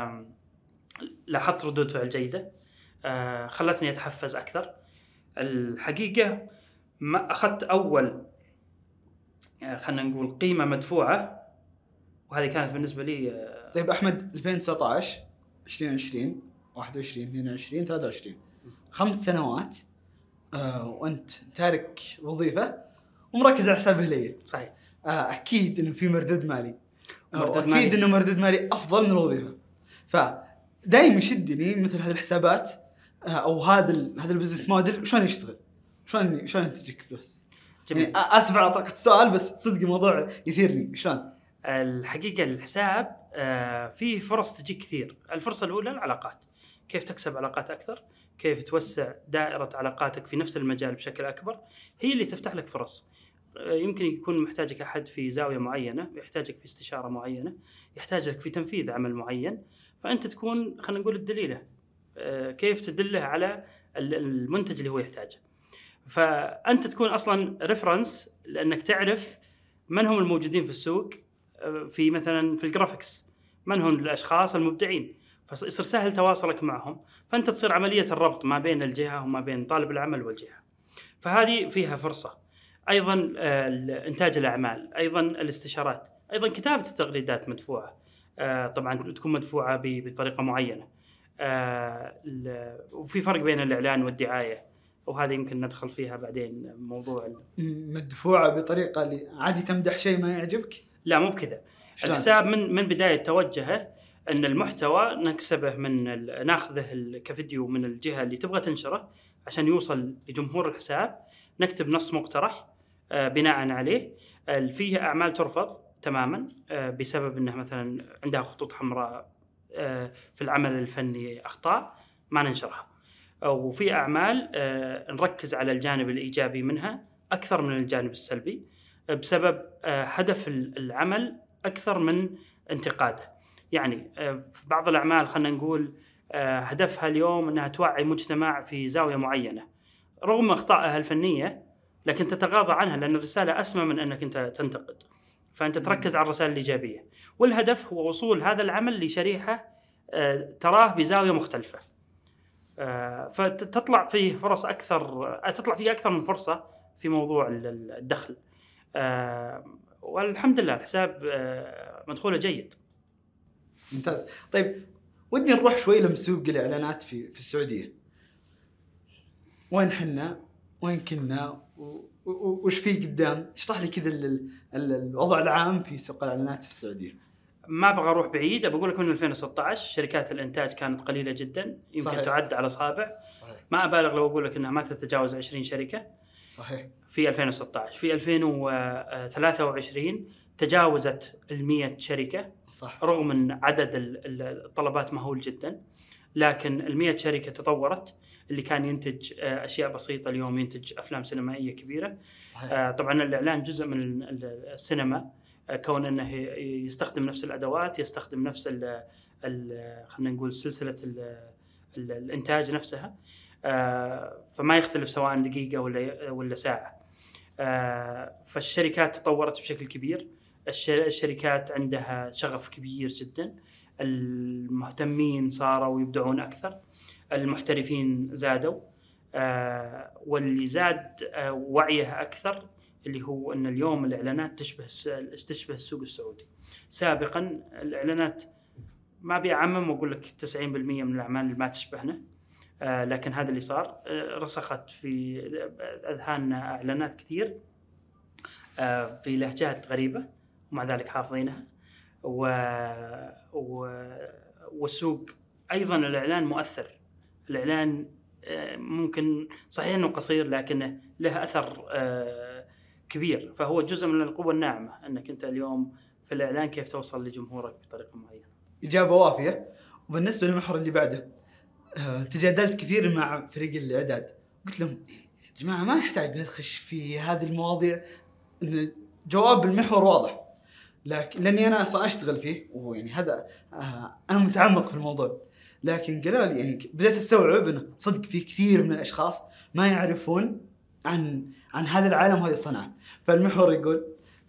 لاحظت ردود فعل جيدة، خلتني أتحفز أكثر. الحقيقة ما أخذت أول خلنا نقول قيمة مدفوعة، وهذه كانت بالنسبة لي طيب أحمد، 2019 2020 21 22 23 5 سنوات، وأنت تارك وظيفة ومركز على حساب أهلية. صحيح. أكيد إنه في مردود مالي، أكيد إنه مردود مالي أفضل من الوظيفة. فدايم يشدني مثل هذه الحسابات أو هذا البزنس موديل، شلون يشتغل، شلون تجيك فلوس. يعني أسف على طريقة السؤال، بس صدق الموضوع يثيرني. شلون؟ الحقيقة الحساب فيه فرص تجيك كثير. الفرصة الأولى العلاقات، كيف تكسب علاقات أكثر، كيف توسع دائرة علاقاتك في نفس المجال بشكل أكبر، هي اللي تفتح لك فرص. يمكن يكون محتاجك أحد في زاوية معينة، يحتاجك في استشارة معينة، يحتاجك في تنفيذ عمل معين، فأنت تكون خلينا نقول الدليلة، كيف تدله على المنتج اللي هو يحتاجه. فأنت تكون أصلاً ريفرنس، لأنك تعرف من هم الموجودين في السوق، في مثلاً في الجرافيكس من هم الأشخاص المبدعين، فيصير سهل تواصلك معهم، فأنت تصير عملية الربط ما بين الجهة وما بين طالب العمل والجهة. فهذه فيها فرصة. ايضا انتاج الاعمال، ايضا الاستشارات، ايضا كتابه التغريدات مدفوعه. طبعا تكون مدفوعه بطريقه معينه. وفي فرق بين الاعلان والدعايه، وهذا يمكن ندخل فيها بعدين. موضوع مدفوعه بطريقه اللي عادي تمدح شيء ما يعجبك؟ لا مو بكذا. الحساب من بدايه توجهه ان المحتوى نكسبه ناخذه كفيديو من الجهه اللي تبغى تنشره عشان يوصل لجمهور الحساب، نكتب نص مقترح بناء عليه. فيه اعمال ترفض تماما بسبب انها مثلا عندها خطوط حمراء في العمل الفني، اخطاء ما ننشرها. وفي اعمال نركز على الجانب الايجابي منها اكثر من الجانب السلبي بسبب هدف العمل اكثر من انتقاده. يعني في بعض الاعمال خلينا نقول هدفها اليوم انها توعي مجتمع في زاويه معينه رغم اخطائها الفنيه، لكن تتغاضى عنها لان الرساله اسمى من انك انت تنتقد، فانت تركز على الرسائل الايجابيه. والهدف هو وصول هذا العمل لشريحه تراه بزاويه مختلفه، فتطلع فيه فرص اكثر، تطلع فيه اكثر من فرصه في موضوع الدخل. والحمد لله الحساب مدخوله جيد. ممتاز. طيب ودي نروح شوي لمسوق الاعلانات في السعوديه. وين حنا، وين كنا، وش فيه قدام؟ اشرح لي كذا الوضع العام في سوق الاعلانات السعوديه. ما ابغى اروح بعيد، بقول لك من 2016 شركات الانتاج كانت قليله جدا، يمكن صحيح. تعد على اصابع. صحيح. ما ابالغ لو اقول لك انها ما تتجاوز 20 شركه. صحيح. في 2016. في 2023 تجاوزت 100 شركه. صح. رغم ان عدد الطلبات مهول جدا، لكن 100 شركه تطورت. اللي كان ينتج اشياء بسيطه اليوم ينتج افلام سينمائيه كبيره. صحيح. طبعا الاعلان جزء من السينما، كون انه يستخدم نفس الادوات، يستخدم نفس خلينا نقول سلسله الانتاج نفسها، فما يختلف سواء دقيقه ولا ساعه. فالشركات تطورت بشكل كبير، الشركات عندها شغف كبير جدا، المهتمين صاروا يبدعون اكثر، المحترفين زادوا، واللي زاد وعيها اكثر اللي هو ان اليوم الاعلانات تشبه السوق السعودي. سابقا الاعلانات ما بيعمم واقول لك 90% من الاعمال ما تشبهنا، لكن هذا اللي صار. رسخت في اذهاننا اعلانات كثير بلهجات غريبه ومع ذلك حافظينها. والسوق ايضا الاعلان مؤثر. الاعلان ممكن صحيح انه قصير لكنه له اثر كبير، فهو جزء من القوة الناعمة انك انت اليوم في الاعلان كيف توصل لجمهورك بطريقة معينة. اجابة وافية. وبالنسبة للمحور اللي بعده، تجادلت كثير مع فريق الاعداد، قلت لهم يا جماعة ما يحتاج ندخش في هذه المواضيع، جواب المحور واضح، لكن لاني انا اصلا اشتغل فيه ويعني هذا انا متعمق في الموضوع. لكن قالوا لي يعني بدأت استوعب انه صدق في كثير من الاشخاص ما يعرفون عن هذا العالم وهذه الصناعة. فالمحور يقول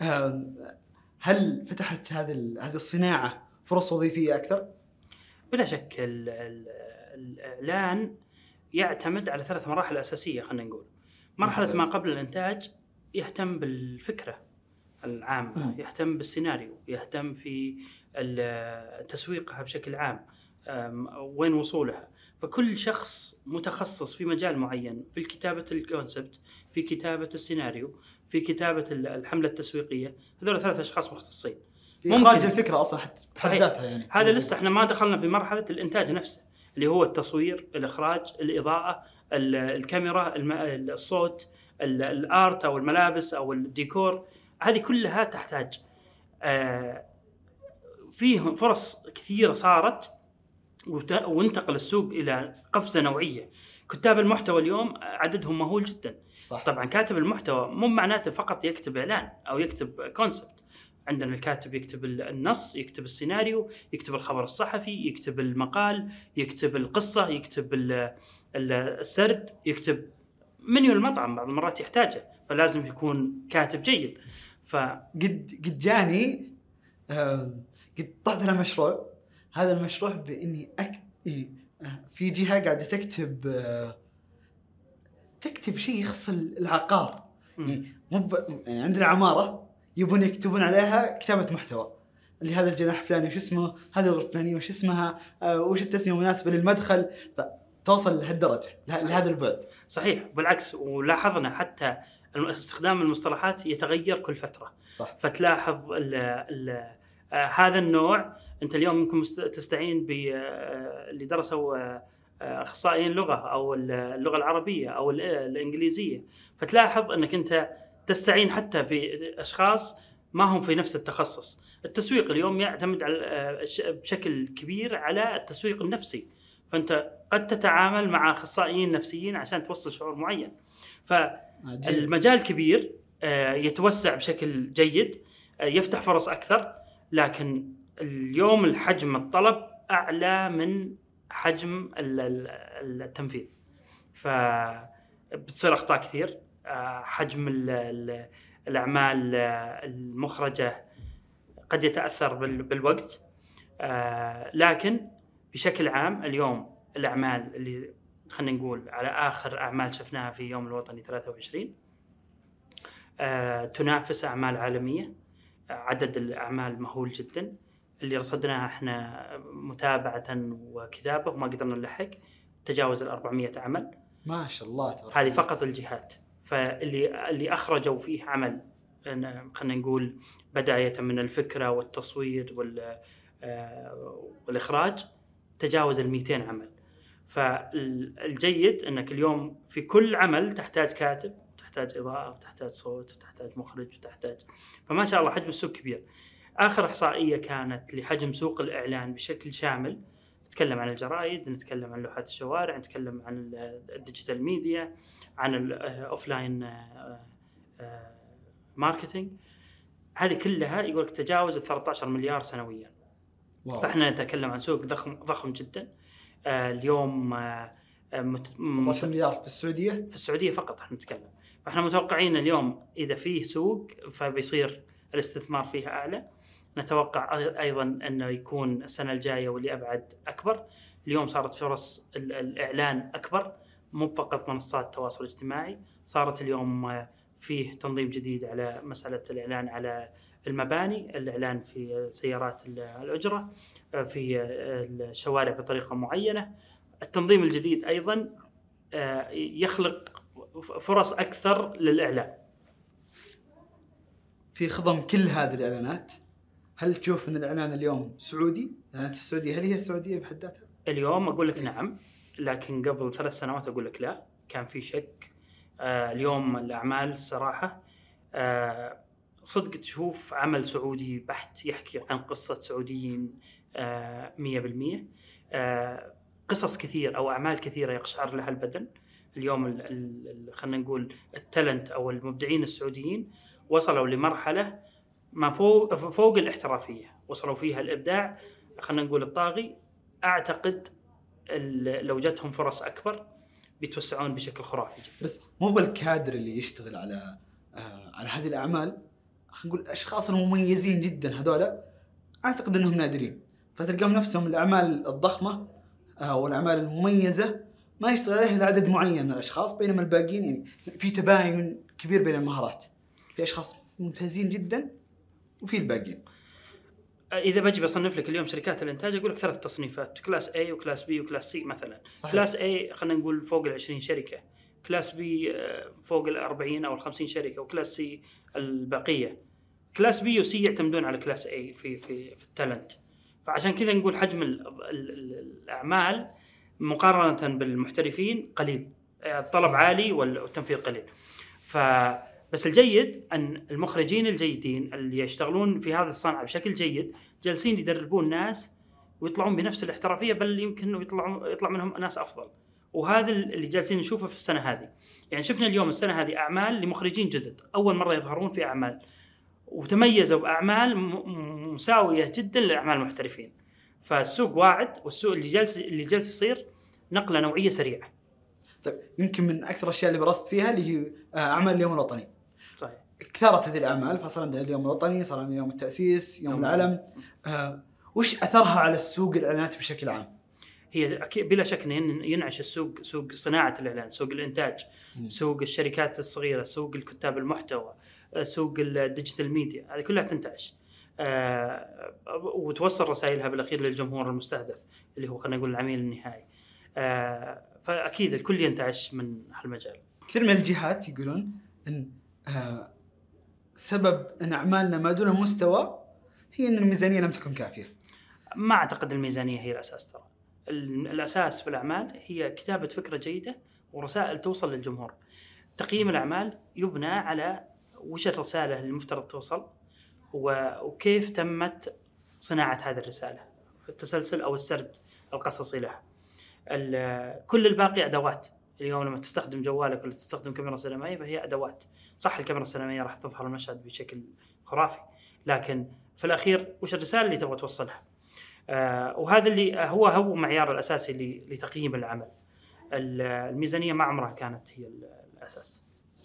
هل فتحت هذه الصناعة فرص وظيفية أكثر؟ بلا شك. الإعلان يعتمد على 3 مراحل أساسية. خلينا نقول مرحلة ما قبل الإنتاج يهتم بالفكرة العامة، يهتم بالسيناريو، يهتم في تسويقها بشكل عام، وين وصولها. فكل شخص متخصص في مجال معين، في كتابة الكونسبت، في كتابة السيناريو، في كتابة الحملة التسويقية. هذول 3 أشخاص مختصين في إخراج الفكرة أصلا بحد ذاتها. يعني هذا لسه احنا ما دخلنا في مرحلة الإنتاج نفسه اللي هو التصوير، الإخراج، الإضاءة، الكاميرا، الصوت، الآرت أو الملابس أو الديكور. هذه كلها تحتاج فيه فرص كثيرة صارت، وانتقل السوق إلى قفزة نوعية. كتاب المحتوى اليوم عددهم مهول جدا. صح. طبعا كاتب المحتوى مو معناته فقط يكتب إعلان أو يكتب كونسبت. عندنا الكاتب يكتب النص، يكتب السيناريو، يكتب الخبر الصحفي، يكتب المقال، يكتب القصة، يكتب السرد، يكتب منيو المطعم بعض المرات يحتاجه، فلازم يكون كاتب جيد. قد جاني قد طلعت لها مشروع. هذا المشروع بإني في جهة قاعدة تكتب شيء يخص العقار، يعني يعني عندنا عماره يبون يكتبون عليها كتابه محتوى، اللي هذا الجناح فلاني وش اسمه، هذه الغرفه الفلانيه وش اسمها، وش التسميه المناسبه للمدخل، فتوصل لهالدرجه لهذا البعد. صحيح، بالعكس ولاحظنا حتى استخدام المصطلحات يتغير كل فتره. صح. فتلاحظ هذا النوع انت اليوم ممكن تستعين باللي درسوا اخصائيين لغه او اللغه العربيه او الانجليزيه، فتلاحظ انك انت تستعين حتى في اشخاص ما هم في نفس التخصص. التسويق اليوم يعتمد على بشكل كبير على التسويق النفسي، فانت قد تتعامل مع اخصائيين نفسيين عشان توصل شعور معين. فالمجال كبير، يتوسع بشكل جيد، يفتح فرص اكثر، لكن اليوم الحجم الطلب اعلى من حجم التنفيذ، فبتصير اخطاء كثير. حجم الاعمال المخرجه قد يتاثر بالوقت، لكن بشكل عام اليوم الاعمال اللي خلينا نقول على اخر اعمال شفناها في يوم الوطني 23 تنافس اعمال عالميه. عدد الاعمال مهول جدا، اللي رصدناها احنا متابعه وكتابه وما قدرنا نلحق تجاوز 400 عمل ما شاء الله تبارك. هذه فقط الجهات. فاللي اخرجوا فيه عمل خلينا نقول بدايه من الفكره والتصوير والاخراج تجاوز 200 عمل. فالجيد انك اليوم في كل عمل تحتاج كاتب، تحتاج اضاءه، تحتاج صوت، تحتاج مخرج، فما شاء الله حجم السوق كبير. اخر احصائيه كانت لحجم سوق الاعلان بشكل شامل، نتكلم عن الجرائد، نتكلم عن لوحات الشوارع، نتكلم عن الديجيتال ميديا، عن الاوفلاين ماركتينج، هذه كلها يقولك تجاوز 13 مليار سنويا. واو. فاحنا نتكلم عن سوق ضخم جدا. اليوم 13 مليار في السعوديه. في السعوديه فقط احنا نتكلم. فاحنا متوقعين اليوم اذا فيه سوق فبيصير الاستثمار فيها اعلى. نتوقع ايضا انه يكون السنه الجايه واللي ابعد اكبر. اليوم صارت فرص الاعلان اكبر، مو فقط منصات التواصل الاجتماعي، صارت اليوم فيه تنظيم جديد على مساله الاعلان على المباني، الاعلان في سيارات الاجره، في الشوارع بطريقه معينه. التنظيم الجديد ايضا يخلق فرص اكثر للاعلان. في خضم كل هذه الاعلانات، هل تشوف ان الاعلان اليوم سعودي؟ اعلانات السعوديه هل هي سعوديه بحد ذاتها؟ اليوم اقول لك نعم، لكن قبل 3 سنوات اقول لك لا، كان في شك. اليوم الاعمال الصراحه صدق تشوف عمل سعودي بحت يحكي عن قصه سعوديين 100%. قصص كثير او اعمال كثيره يقشعر لها البدن. اليوم خلينا نقول التالنت او المبدعين السعوديين وصلوا لمرحله ما فوق الاحترافيه، وصلوا فيها الابداع خلينا نقول الطاغي. اعتقد لو جتهم فرص اكبر بيتوسعون بشكل خرافي جدا. بس مو بالكادر اللي يشتغل على هذه الاعمال، خلينا نقول الاشخاص المميزين جدا هذولا اعتقد انهم نادرين، فتلقاهم نفسهم الاعمال الضخمه والاعمال المميزه ما يشتغل عليها الا عدد معين من الاشخاص، بينما الباقيين يعني في تباين كبير بين المهارات، في اشخاص ممتازين جدا وفي الباقيين. اذا بجي بصنف لك اليوم شركات الانتاج اقول لك 3 تصنيفات، كلاس A وكلاس B وكلاس C مثلا. صحيح. كلاس A خلينا نقول فوق 20 شركه، كلاس B فوق 40 او 50 شركه، وكلاس C البقيه. كلاس B وC يعتمدون على كلاس A في التالنت. فعشان كذا نقول حجم الاعمال مقارنه بالمحترفين قليل، الطلب عالي والتنفيذ قليل. بس الجيد أن المخرجين الجيدين اللي يشتغلون في هذا الصنعة بشكل جيد جالسين يدربون ناس ويطلعون بنفس الاحترافية، بل يمكن يطلع منهم ناس أفضل. وهذا اللي جالسين نشوفه في السنة هذه. يعني شفنا اليوم السنة هذه أعمال لمخرجين جدد أول مرة يظهرون في أعمال، وتميزوا بأعمال مساوية جدا لأعمال المحترفين. فالسوق واعد، والسوق اللي جالس يصير نقلة نوعية سريعة. طيب يمكن من أكثر الأشياء اللي برصت فيها اللي هي أعمال اليوم الوطني. صحيح. كثرت هذه الأعمال، فصار عندنا اليوم الوطني، صار عندنا يوم التأسيس، يوم العلم. وش أثرها على السوق الإعلانات بشكل عام؟ هي بلا شك إن ينعش السوق، سوق صناعة الإعلان، سوق الإنتاج، سوق الشركات الصغيرة، سوق الكتاب المحتوى، سوق الديجيتال ميديا، هذه كلها تنتعش وتوصل رسائلها بالأخير للجمهور المستهدف اللي هو خلينا نقول العميل النهائي. فأكيد الكل ينتعش من هالمجال. كثير من الجهات يقولون إن سبب إن أعمالنا ما دون مستوى هي إن الميزانية لم تكن كافية. ما أعتقد الميزانية هي الأساس، ترى الأساس في الأعمال هي كتابة فكرة جيدة ورسائل توصل للجمهور. تقييم الأعمال يبنى على وش الرسالة اللي المفترض توصل وكيف تمت صناعة هذه الرسالة، التسلسل أو السرد القصصي لها. كل الباقي أدوات. اليوم لما تستخدم جوالك ولا تستخدم كاميرا سينمائية فهي أدوات. صح الكاميرا السينمائية راح تظهر المشهد بشكل خرافي، لكن في الأخير وش الرسالة اللي تبغى توصلها؟ وهذا اللي هو معيار الأساسي لتقييم العمل. الميزانية ما عمرها كانت هي الأساس.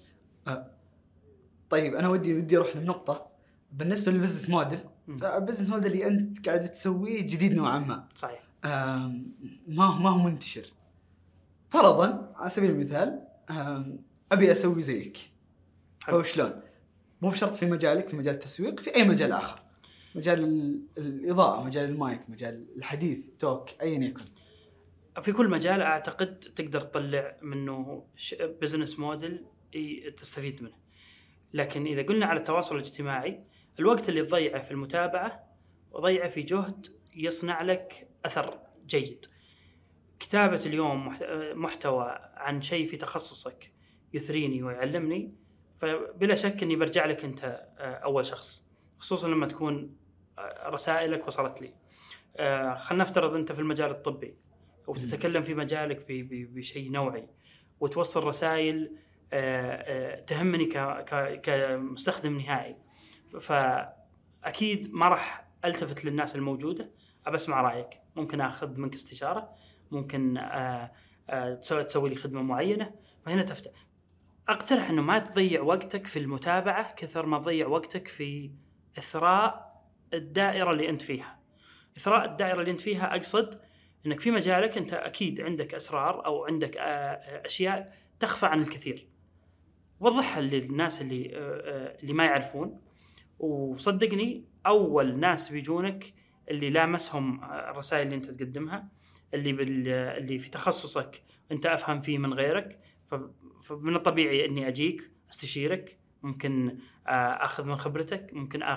طيب أنا ودي أروح للنقطة بالنسبة للبزنس موديل. فالبزنس موديل اللي أنت قاعد تسويه جديد نوعا ما. صحيح. ما هو منتشر. فرضا على سبيل المثال أبي أسوي زيك، فوشلون؟ مو بشرط في مجالك، في مجال التسويق، في أي مجال آخر، مجال الإضاءة، مجال المايك، مجال الحديث، توك، أيا يكن. في كل مجال أعتقد تقدر تطلع منه بزنس موديل تستفيد منه. لكن إذا قلنا على التواصل الاجتماعي، الوقت اللي تضيعه في المتابعة وضيعه في جهد يصنع لك أثر جيد. كتابة اليوم محتوى عن شيء في تخصصك يثريني ويعلمني، فبلا شك أني برجع لك أنت أول شخص، خصوصا لما تكون رسائلك وصلت لي. خلنا نفترض أنت في المجال الطبي وتتكلم في مجالك بشيء نوعي وتوصل رسائل تهمني كمستخدم نهائي، فأكيد ما راح ألتفت للناس الموجودة، أبسمع رأيك، ممكن أخذ منك استشارة، ممكن تسوي لي خدمة معينة. فهنا تفتح. أقترح أنه ما تضيع وقتك في المتابعة كثر ما تضيع وقتك في إثراء الدائرة اللي أنت فيها. إثراء الدائرة اللي أنت فيها أقصد أنك في مجالك أنت أكيد عندك أسرار أو عندك أشياء تخفى عن الكثير، وضحها للناس اللي ما يعرفون. وصدقني أول ناس بيجونك اللي لامسهم الرسائل اللي أنت تقدمها، اللي في تخصصك أنت أفهم فيه من غيرك. فمن الطبيعي أني أجيك أستشيرك، ممكن أخذ من خبرتك،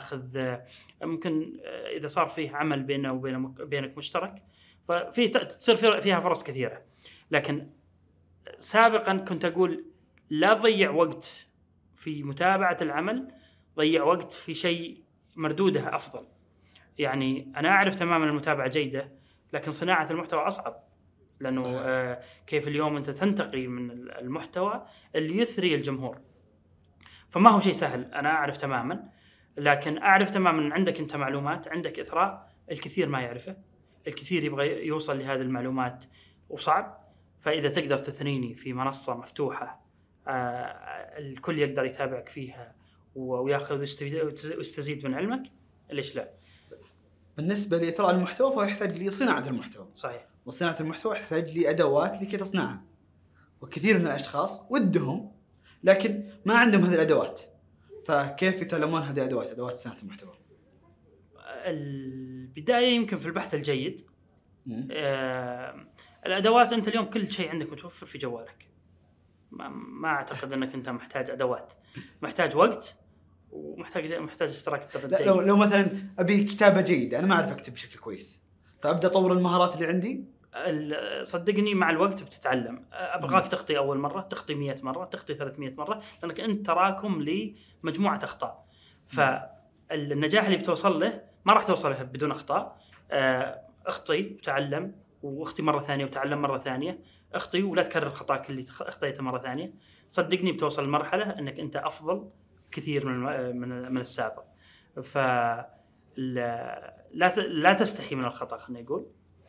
ممكن إذا صار فيه عمل بيننا وبينك مشترك، تصير فيها فرص كثيرة. لكن سابقا كنت أقول لا تضيع وقت في متابعة العمل، ضيع وقت في شيء مردودها أفضل. يعني أنا أعرف تماما المتابعة جيدة، لكن صناعة المحتوى أصعب، لأنه كيف اليوم أنت تنتقي من المحتوى اللي يثري الجمهور، فما هو شيء سهل. أنا أعرف تماما، لكن أعرف تماما أن عندك أنت معلومات، عندك إثراء الكثير ما يعرفه، الكثير يبغى يوصل لهذه المعلومات وصعب. فإذا تقدر تثريني في منصة مفتوحة الكل يقدر يتابعك فيها ويأخذ ويستزيد من علمك، ليش لا؟ بالنسبة لإثراء المحتوى فهو يحتاج لصناعة المحتوى. صحيح. وصناعة المحتوى يحتاج لأدوات لكي تصنعها، وكثير من الأشخاص ودهم لكن ما عندهم هذه الأدوات. فكيف يتعلمون هذه الأدوات، أدوات صناعة المحتوى؟ البداية يمكن في البحث الجيد. الأدوات أنت اليوم كل شيء عندك متوفر في جوالك، ما أعتقد أنك أنت محتاج أدوات، محتاج وقت ومحتاج اشتراك الترجي. لو مثلا أبي كتابة جيدة، أنا ما أعرف أكتب بشكل كويس، فأبدأ أطور المهارات اللي عندي. صدقني مع الوقت بتتعلم. أبغاك تخطي أول مرة، تخطي 100 مرة، تخطي 300 مرة، لأنك أنت تراكم لمجموعة أخطاء. فالنجاح اللي بتوصل له ما راح توصله بدون أخطاء. اخطي وتعلم، واخطي مرة ثانية وتعلم مرة ثانية، اخطي ولا تكرر خطاك اللي اخطيته مرة ثانية. صدقني بتوصل لمرحلة أنك أنت أفضل كثير من السابق. لا تستحي من الخطأ، خلينا نقول.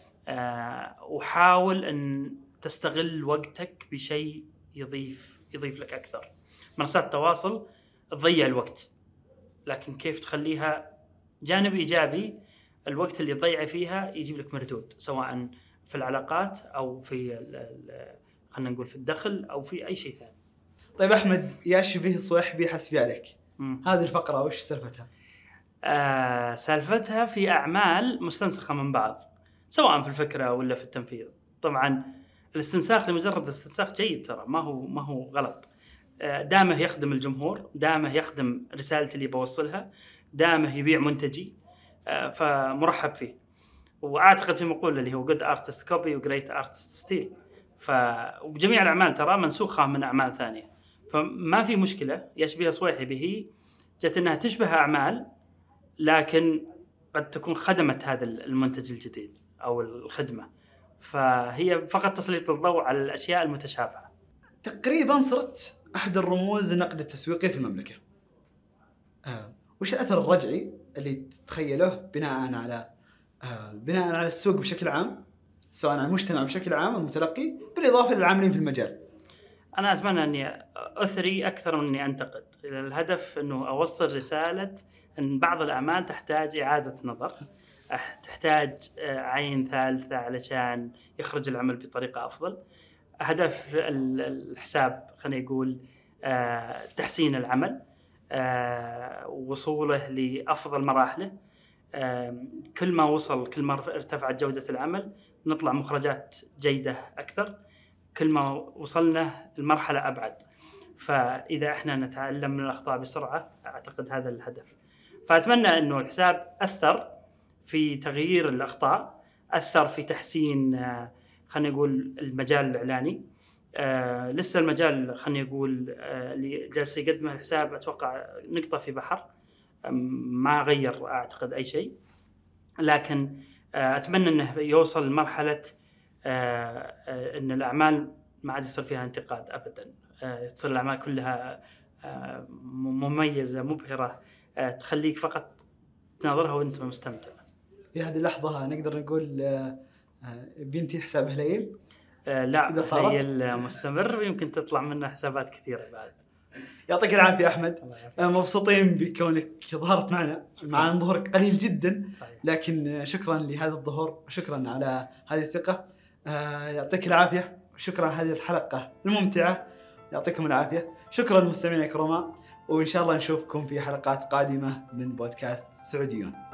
وحاول أن تستغل وقتك بشيء يضيف لك أكثر. منصات التواصل تضيع الوقت، لكن كيف تخليها جانب إيجابي؟ الوقت اللي تضيع فيها يجيب لك مردود، سواء في العلاقات او في خلينا نقول في الدخل او في اي شيء ثاني. طيب أحمد، يا شبيه صويحبي حسبي عليك، هذه الفقرة وش سالفتها؟ سالفتها في أعمال مستنسخة من بعض، سواء في الفكرة ولا في التنفيذ. طبعا الاستنساخ لمجرد الاستنساخ جيد، ترى ما هو غلط، دامه يخدم الجمهور، دامه يخدم رسالتي اللي بوصلها، دامه يبيع منتجي، فمرحب فيه. وأعتقد في مقولة اللي هو good artist copy و great artist steal، وجميع الأعمال ترى منسوخة من أعمال ثانية، فما في مشكلة. يشبه صويحبي هي جت أنها تشبه أعمال، لكن قد تكون خدمت هذا المنتج الجديد أو الخدمة، فهي فقط تسليط الضوء على الأشياء المتشابهة. تقريبا صرت أحد الرموز النقد التسويقي في المملكة. وش الأثر الرجعي اللي تتخيله بناء على السوق بشكل عام، سواء على المجتمع بشكل عام المتلقي، بالإضافة للعاملين في المجال؟ أنا أتمنى أني أثري أكثر من أني أنتقد. الهدف أنه أوصل رسالة أن بعض الأعمال تحتاج إعادة نظر، تحتاج عين ثالثة علشان يخرج العمل بطريقة أفضل. هدف الحساب خلينا نقول تحسين العمل، وصوله لأفضل مراحله. كل ما وصل، كل ما ارتفعت جودة العمل نطلع مخرجات جيدة أكثر، كل ما وصلنا المرحلة أبعد. فإذا إحنا نتعلم من الأخطاء بسرعة، أعتقد هذا الهدف. فأتمنى أنه الحساب أثر في تغيير الأخطاء، أثر في تحسين خلينا نقول المجال الإعلاني. لسه المجال خلينا نقول اللي جالس يقدمه الحساب أتوقع نقطة في بحر، ما غير أعتقد أي شيء، لكن أتمنى أنه يوصل لمرحلة أن الأعمال ما عاد يصير فيها انتقاد أبدا، تصير الأعمال كلها مميزة مبهرة، تخليك فقط تناظرها وأنت مستمتع. في هذه اللحظة نقدر نقول بنتي حساب هليل؟ لا، هليل مستمر، يمكن تطلع منه حسابات كثيرة بعد. يعطيك العافية أحمد، مبسوطين بكونك ظهرت معنا، مع أن ظهورك قليل جدا، لكن شكرا لهذا الظهور وشكرا على هذه الثقة. يعطيك العافية، شكرا على هذه الحلقة الممتعة، يعطيكم العافية. شكرا مستمعينا الكرام، وإن شاء الله نشوفكم في حلقات قادمة من بودكاست سعوديون.